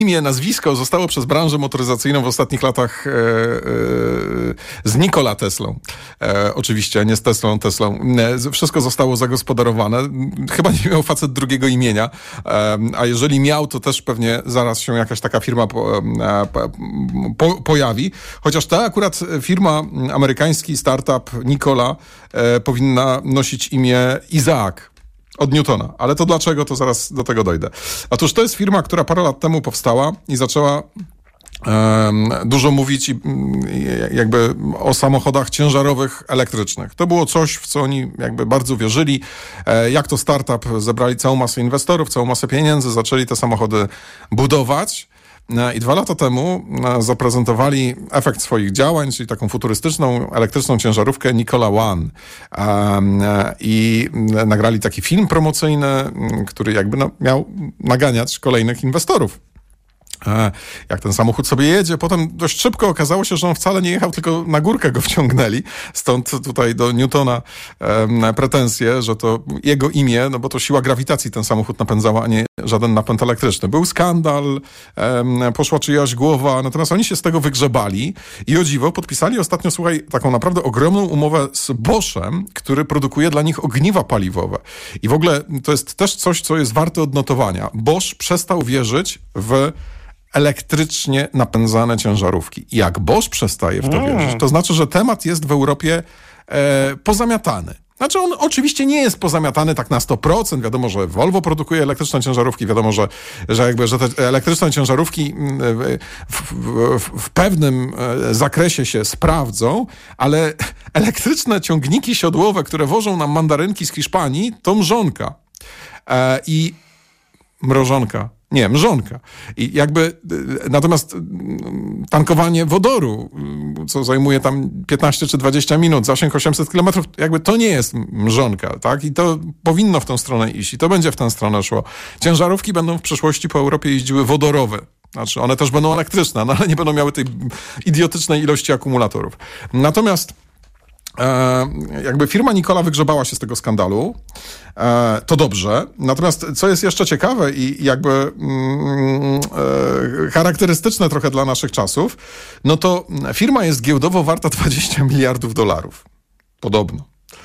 imię, nazwisko zostało przez branżę motoryzacyjną w ostatnich latach z Nikola Teslą. Oczywiście, nie z Teslą. Wszystko zostało zagospodarowane. Chyba nie miał facet drugiego imienia, a jeżeli miał, to też pewnie zaraz się jakaś taka firma pojawi. Chociaż ta akurat firma, amerykański startup Nikola powinna nosić imię Isaac. Od Newtona. Ale to dlaczego, to zaraz do tego dojdę. Otóż to jest firma, która parę lat temu powstała i zaczęła dużo mówić jakby o samochodach ciężarowych elektrycznych. To było coś, w co oni jakby bardzo wierzyli. Jak to startup, zebrali całą masę inwestorów, całą masę pieniędzy, zaczęli te samochody budować. I 2 lata temu zaprezentowali efekt swoich działań, czyli taką futurystyczną, elektryczną ciężarówkę Nikola One. I nagrali taki film promocyjny, który jakby miał naganiać kolejnych inwestorów. Jak ten samochód sobie jedzie. Potem dość szybko okazało się, że on wcale nie jechał, tylko na górkę go wciągnęli. Stąd tutaj do Newtona pretensje, że to jego imię, no bo to siła grawitacji ten samochód napędzała, a nie żaden napęd elektryczny. Był skandal, poszła czyjaś głowa, natomiast oni się z tego wygrzebali i o dziwo podpisali ostatnio, słuchaj, taką naprawdę ogromną umowę z Boschem, który produkuje dla nich ogniwa paliwowe. I w ogóle to jest też coś, co jest warte odnotowania. Bosch przestał wierzyć w elektrycznie napędzane ciężarówki. I jak Bosch przestaje w to wierzyć, to znaczy, że temat jest w Europie pozamiatany. Znaczy on oczywiście nie jest pozamiatany tak na 100%. Wiadomo, że Volvo produkuje elektryczne ciężarówki. Wiadomo, że te elektryczne ciężarówki w pewnym zakresie się sprawdzą, ale elektryczne ciągniki siodłowe, które wożą nam mandarynki z Hiszpanii, to mrzonka. Mrożonka. I jakby natomiast tankowanie wodoru, co zajmuje tam 15 czy 20 minut, zasięg 800 km, jakby to nie jest mrzonka, tak? I to powinno w tę stronę iść i to będzie w tę stronę szło. Ciężarówki będą w przyszłości po Europie jeździły wodorowe. Znaczy one też będą elektryczne, no ale nie będą miały tej idiotycznej ilości akumulatorów. Natomiast jakby firma Nikola wygrzebała się z tego skandalu, to dobrze. Natomiast co jest jeszcze ciekawe i jakby charakterystyczne trochę dla naszych czasów, no to firma jest giełdowo warta $20 miliardów. Podobno.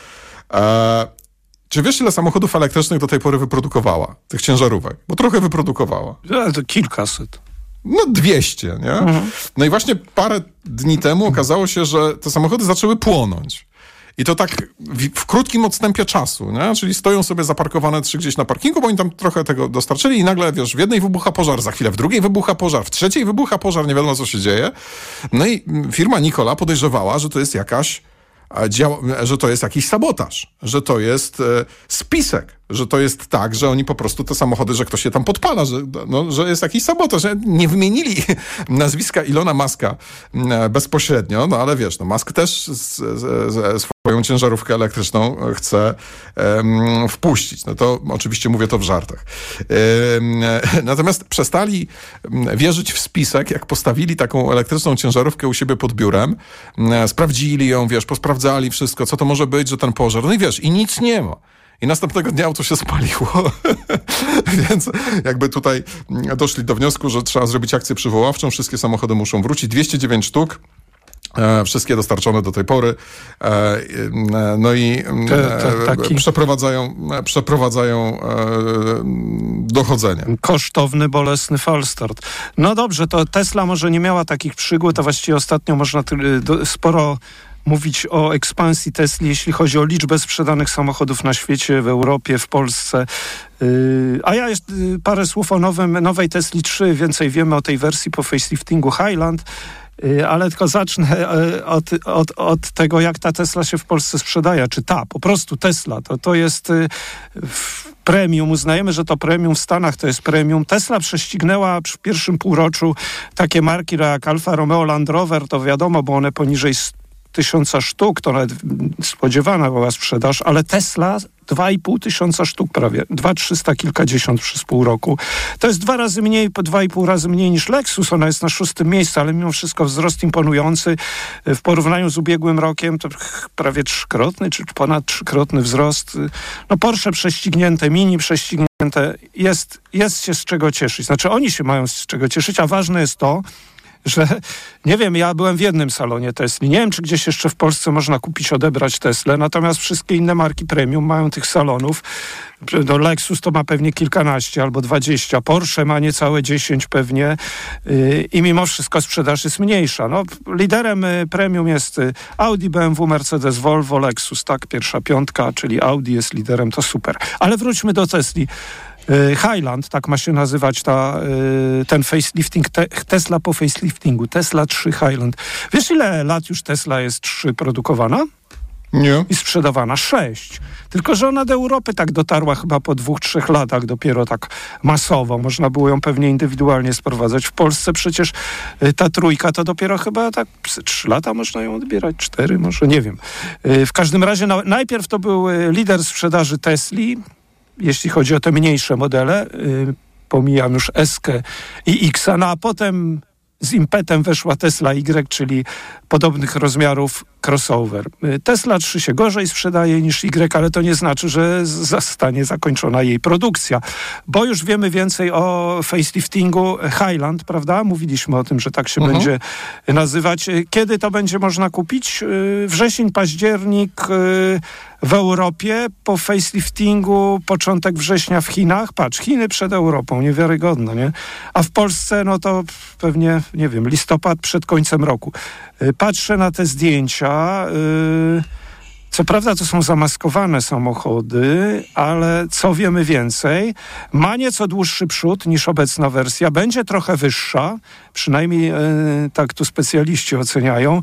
Czy wiesz, ile samochodów elektrycznych do tej pory wyprodukowała? Tych ciężarówek? Bo trochę wyprodukowała. To kilkaset. 200, nie? No i właśnie parę dni temu okazało się, że te samochody zaczęły płonąć. I to tak w krótkim odstępie czasu, nie? Czyli stoją sobie zaparkowane 3 gdzieś na parkingu, bo oni tam trochę tego dostarczyli i nagle, wiesz, w jednej wybucha pożar, za chwilę w drugiej wybucha pożar, w trzeciej wybucha pożar, nie wiadomo co się dzieje. No i firma Nikola podejrzewała, że to jest że to jest jakiś sabotaż, że to jest spisek, że to jest tak, że oni po prostu te samochody, że ktoś je tam podpala, że jest jakiś sabotaż. Nie wymienili nazwiska Ilona Muska bezpośrednio, no ale wiesz, Musk też swoją ciężarówkę elektryczną chce wpuścić. No to oczywiście mówię to w żartach. Natomiast przestali wierzyć w spisek, jak postawili taką elektryczną ciężarówkę u siebie pod biurem, sprawdzili ją, wiesz, posprawdzali wszystko, co to może być, że ten pożar, no i wiesz, i nic nie ma. I następnego dnia auto się spaliło. Więc jakby tutaj doszli do wniosku, że trzeba zrobić akcję przywoławczą, wszystkie samochody muszą wrócić, 209 sztuk. Wszystkie dostarczone do tej pory. No i przeprowadzają dochodzenie. Kosztowny, bolesny falstart. No dobrze, to Tesla może nie miała takich przygód, a właściwie ostatnio można sporo mówić o ekspansji Tesli, jeśli chodzi o liczbę sprzedanych samochodów na świecie, w Europie, w Polsce. A ja parę słów o nowej Tesli 3. Więcej wiemy o tej wersji po faceliftingu Highland. Ale tylko zacznę od tego, jak ta Tesla się w Polsce sprzedaje. Czy po prostu Tesla. To jest premium. Uznajemy, że to premium. W Stanach to jest premium. Tesla prześcignęła w pierwszym półroczu takie marki jak Alfa Romeo, Land Rover. To wiadomo, bo one poniżej tysiąca sztuk, to nawet spodziewana była sprzedaż, ale Tesla 2,5 tysiąca sztuk prawie, 2,300 kilkadziesiąt przez pół roku. To jest 2 razy mniej, po 2,5 razy mniej niż Lexus, ona jest na 6. miejscu, ale mimo wszystko wzrost imponujący. W porównaniu z ubiegłym rokiem to prawie 3-krotny, czy ponad 3-krotny wzrost. No Porsche prześcignięte, Mini prześcignięte, jest się z czego cieszyć. Znaczy oni się mają z czego cieszyć, a ważne jest to, że, nie wiem, ja byłem w jednym salonie Tesli. Nie wiem, czy gdzieś jeszcze w Polsce można kupić, odebrać Teslę, natomiast wszystkie inne marki premium mają tych salonów. No, Lexus to ma pewnie kilkanaście albo 20, Porsche ma niecałe 10 pewnie i mimo wszystko sprzedaż jest mniejsza. No, liderem premium jest Audi, BMW, Mercedes, Volvo, Lexus, tak, pierwsza 5, czyli Audi jest liderem, to super. Ale wróćmy do Tesli. Highland, tak ma się nazywać ten facelifting, Tesla po faceliftingu, Tesla 3 Highland. Wiesz, ile lat już Tesla jest 3 produkowana? Nie. I sprzedawana 6. Tylko że ona do Europy tak dotarła chyba po 2-3 latach dopiero tak masowo. Można było ją pewnie indywidualnie sprowadzać. W Polsce przecież ta trójka to dopiero chyba tak 3 lata można ją odbierać, 4 może, nie wiem. W każdym razie najpierw to był lider sprzedaży Tesli, jeśli chodzi o te mniejsze modele, pomijam już S-kę i X-a, no a potem z impetem weszła Tesla Y, czyli podobnych rozmiarów crossover. Tesla 3 się gorzej sprzedaje niż Y, ale to nie znaczy, że zostanie zakończona jej produkcja, bo już wiemy więcej o faceliftingu Highland, prawda? Mówiliśmy o tym, że tak się będzie nazywać. Kiedy to będzie można kupić? Wrzesień, październik w Europie, po faceliftingu początek września w Chinach. Patrz, Chiny przed Europą, niewiarygodne, nie? A w Polsce, no to pewnie, nie wiem, listopad przed końcem roku. Patrzę na te zdjęcia. Co prawda to są zamaskowane samochody, ale co wiemy więcej? Ma nieco dłuższy przód niż obecna wersja. Będzie trochę wyższa, przynajmniej tak tu specjaliści oceniają.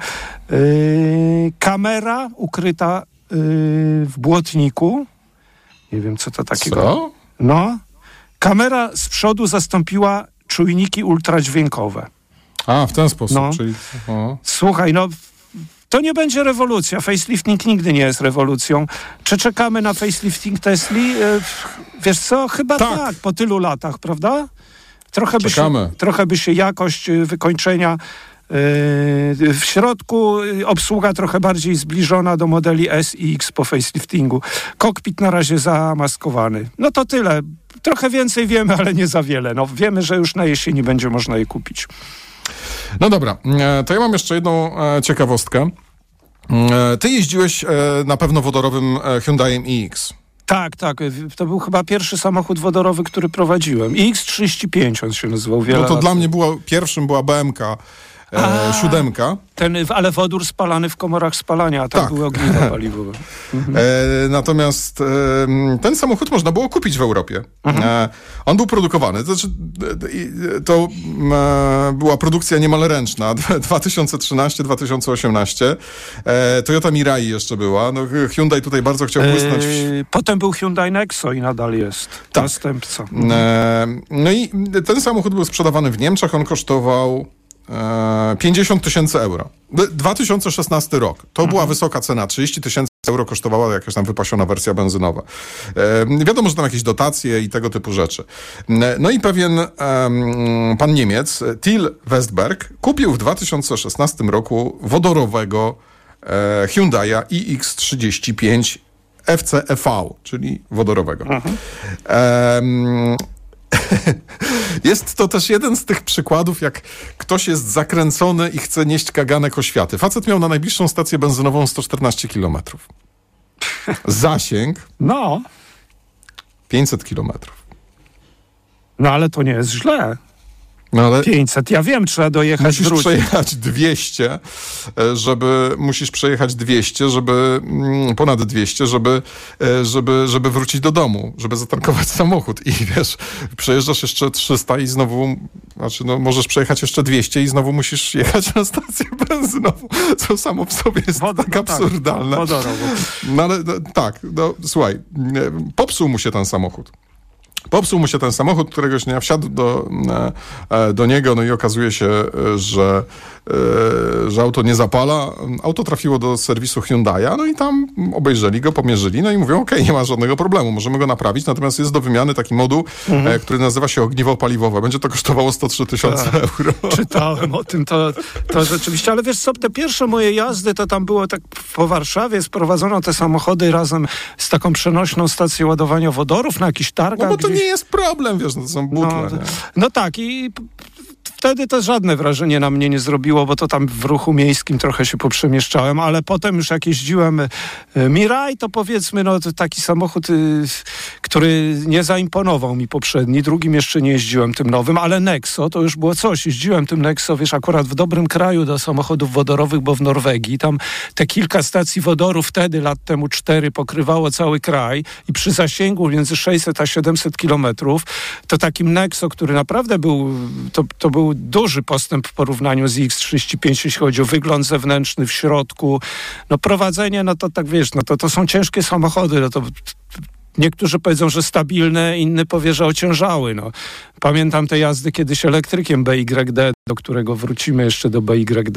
Kamera ukryta w błotniku. Nie wiem, co to takiego. Co? No. Kamera z przodu zastąpiła czujniki ultradźwiękowe. A, w ten sposób. No. Czyli... Słuchaj, no to nie będzie rewolucja. Facelifting nigdy nie jest rewolucją. Czy czekamy na facelifting Tesli? Wiesz co? Chyba tak, po tylu latach, prawda? Trochę by się jakość wykończenia w środku, obsługa trochę bardziej zbliżona do modeli S i X po faceliftingu. Kokpit na razie zamaskowany. No to tyle. Trochę więcej wiemy, ale nie za wiele. No, wiemy, że już na jesieni będzie można je kupić. No dobra, to ja mam jeszcze jedną ciekawostkę. Ty jeździłeś na pewno wodorowym Hyundaiem iX. Tak. To był chyba pierwszy samochód wodorowy, który prowadziłem. iX35 on się nazywał wiele No to lat. dla mnie pierwszym była BMK 7. Ale wodór spalany w komorach spalania, a tam były ogniwa paliwowe. Natomiast ten samochód można było kupić w Europie. On był produkowany. To była produkcja niemal ręczna. 2013-2018. Toyota Mirai jeszcze była. No, Hyundai tutaj bardzo chciał błysnąć. Potem był Hyundai Nexo i nadal jest następca. No i ten samochód był sprzedawany w Niemczech. On kosztował 50 000 euro. 2016 rok. To była wysoka cena. 30 000 euro kosztowała jakaś tam wypasiona wersja benzynowa. Wiadomo, że tam jakieś dotacje i tego typu rzeczy. No i pewien pan Niemiec, Till Westberg, kupił w 2016 roku wodorowego Hyundai'a iX35 FCEV, czyli wodorowego. Jest to też jeden z tych przykładów, jak ktoś jest zakręcony i chce nieść kaganek oświaty. Facet miał na najbliższą stację benzynową 114 km. Zasięg 500 km. No ale to nie jest źle. No ale 500, ja wiem, trzeba dojechać, musisz wrócić. przejechać 200, żeby ponad 200, żeby wrócić do domu, żeby zatankować samochód. I wiesz, przejeżdżasz jeszcze 300 i znowu, możesz przejechać jeszcze 200 i znowu musisz jechać na stację benzynową, co samo w sobie jest tak absurdalne. Wodorowo. No ale słuchaj, popsuł mu się ten samochód. Popsuł mu się ten samochód, któregoś dnia wsiadł do niego, no i okazuje się, że auto nie zapala. Auto trafiło do serwisu Hyundai'a, no i tam obejrzeli go, pomierzyli, no i mówią, okej, nie ma żadnego problemu, możemy go naprawić, natomiast jest do wymiany taki moduł, który nazywa się ogniwo paliwowe. Będzie to kosztowało 103 000 euro. Czytałem o tym, to rzeczywiście, ale wiesz co, te pierwsze moje jazdy, to tam było tak po Warszawie, sprowadzono te samochody razem z taką przenośną stacją ładowania wodorów na jakichś targach. No bo to nie jest problem, wiesz, no to są butle. No tak i wtedy to żadne wrażenie na mnie nie zrobiło, bo to tam w ruchu miejskim trochę się poprzemieszczałem, ale potem już jak jeździłem Mirai, to powiedzmy, no to taki samochód, który nie zaimponował mi poprzedni, drugim jeszcze nie jeździłem tym nowym, ale Nexo to już było coś. Jeździłem tym Nexo, wiesz, akurat w dobrym kraju do samochodów wodorowych, bo w Norwegii tam te kilka stacji wodoru wtedy, lat temu 4, pokrywało cały kraj i przy zasięgu między 600 a 700 kilometrów, to takim Nexo, który naprawdę był, to był duży postęp w porównaniu z X35, jeśli chodzi o wygląd zewnętrzny w środku. No prowadzenie, no to tak wiesz, no to są ciężkie samochody, no to niektórzy powiedzą, że stabilne, inni powie, że ociężały. No. Pamiętam te jazdy kiedyś elektrykiem BYD, do którego wrócimy jeszcze do BYD.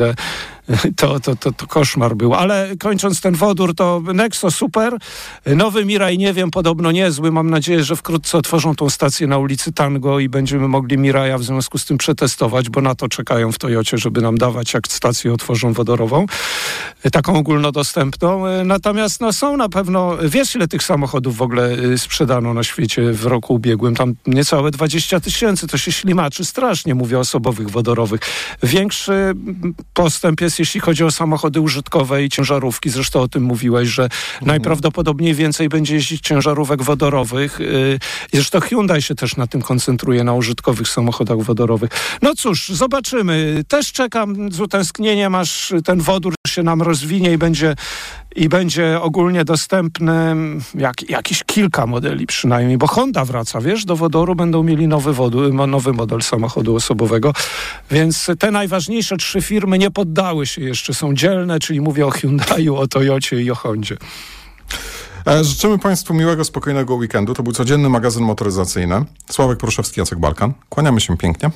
To koszmar był. Ale kończąc ten wodór, to Nexo super. Nowy Mirai nie wiem, podobno niezły. Mam nadzieję, że wkrótce otworzą tą stację na ulicy Tango i będziemy mogli Miraja w związku z tym przetestować, bo na to czekają w Toyocie, żeby nam dawać, jak stację otworzą wodorową. Taką ogólnodostępną. Natomiast no, są na pewno... Wiesz, ile tych samochodów w ogóle sprzedano na świecie w roku ubiegłym? Tam niecałe 20 000. To się ślimaczy strasznie, mówię o osobowych wodorowych. Większy postęp jest, jeśli chodzi o samochody użytkowe i ciężarówki. Zresztą o tym mówiłeś, że najprawdopodobniej więcej będzie jeździć ciężarówek wodorowych. Zresztą Hyundai się też na tym koncentruje, na użytkowych samochodach wodorowych. No cóż, zobaczymy. Też czekam z utęsknieniem, aż ten wodór się nam rozwinie i będzie ogólnie dostępny jakieś kilka modeli przynajmniej, bo Honda wraca, wiesz, do wodoru, będą mieli nowy model samochodu osobowego, więc te najważniejsze 3 firmy nie poddały się jeszcze, są dzielne, czyli mówię o Hyundaiu, o Toyocie i o Hondzie. Życzymy Państwu miłego, spokojnego weekendu. To był codzienny magazyn motoryzacyjny. Sławek Pruszewski, Jacek Balkan. Kłaniamy się pięknie.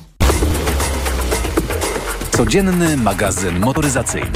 Codzienny magazyn motoryzacyjny.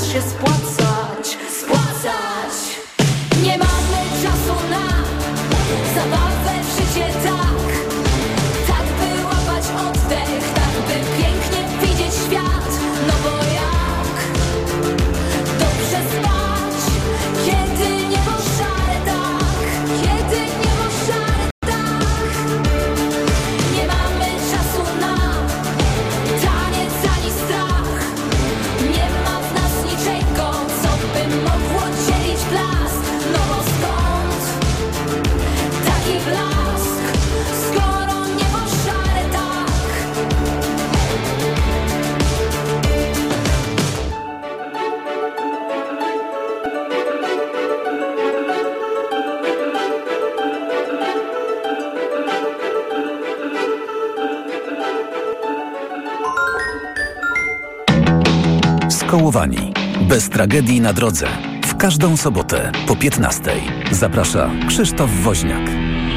się spłacać. Nie mamy czasu na zabawę w życie, tak by łapać oddech, tak by pięknie widzieć świat. No bo jak dobrze spać, kiedy niebo szare, tak, kiedy niebo szare, tak. Nie mamy czasu na taniec ani strach. Nie ma w nas niczego, co by mogło dzielić blask. No bo skąd taki blask, skoro niebo szare, tak. Skołowani. Bez tragedii na drodze. W każdą sobotę po 15:00. Zaprasza Krzysztof Woźniak.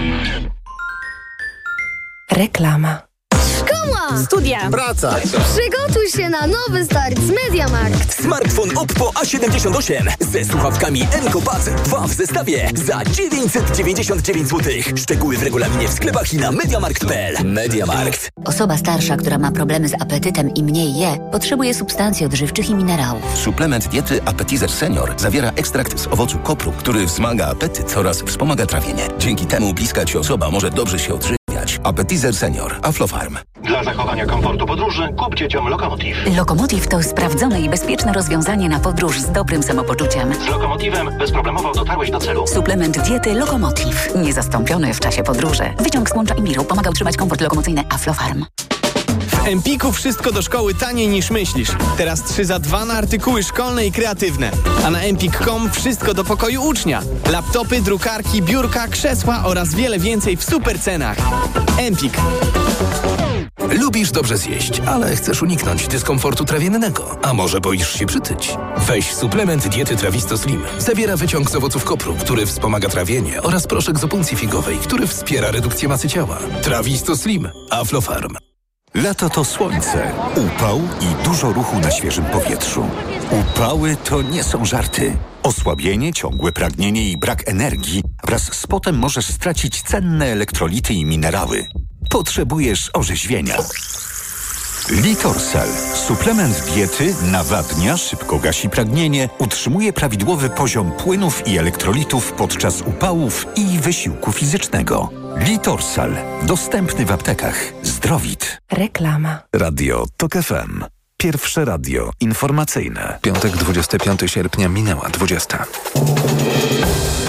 Reklama. Szkoła! Studia! Praca! Przygotuj się na nowy start z MediaMarkt. Smartfon Oppo A78 ze słuchawkami EncoPads 2 w zestawie za 999 zł. Szczegóły w regulaminie w sklepach i na MediaMarkt.pl. MediaMarkt. Osoba starsza, która ma problemy z apetytem i mniej je, potrzebuje substancji odżywczych i minerałów. Suplement diety Appetizer Senior zawiera ekstrakt z owocu kopru, który wzmaga apetyt oraz wspomaga trawienie. Dzięki temu bliska ci osoba może dobrze się odżywiać. Appetizer Senior. Aflofarm. Dla zachowania komfortu podróży kup dzieciom Lokomotiv. Lokomotiv to sprawdzone i bezpieczne rozwiązanie na podróż z dobrym samopoczuciem. Z Lokomotivem bezproblemowo dotarłeś do celu. Suplement diety Lokomotiv. Niezastąpiony w czasie podróży. Wyciąg z Kłącza i Miru pomaga utrzymać komfort lokomocyjny. Aflofarm. W Empiku wszystko do szkoły taniej niż myślisz. Teraz 3 za 2 na artykuły szkolne i kreatywne. A na empik.com wszystko do pokoju ucznia. Laptopy, drukarki, biurka, krzesła oraz wiele więcej w super cenach. Empik. Lubisz dobrze zjeść, ale chcesz uniknąć dyskomfortu trawiennego. A może boisz się przytyć? Weź suplement diety Trawisto Slim. Zawiera wyciąg z owoców kopru, który wspomaga trawienie, oraz proszek z opuncji figowej, który wspiera redukcję masy ciała. Trawisto Slim. Aflofarm. Lato to słońce, upał i dużo ruchu na świeżym powietrzu. Upały to nie są żarty. Osłabienie, ciągłe pragnienie i brak energii wraz z potem możesz stracić cenne elektrolity i minerały. Potrzebujesz orzeźwienia. Litorsal. Suplement diety nawadnia, szybko gasi pragnienie, utrzymuje prawidłowy poziom płynów i elektrolitów podczas upałów i wysiłku fizycznego. Litorsal. Dostępny w aptekach. Zdrowit. Reklama. Radio TOK FM. Pierwsze radio informacyjne. Piątek, 25 sierpnia, minęła 20.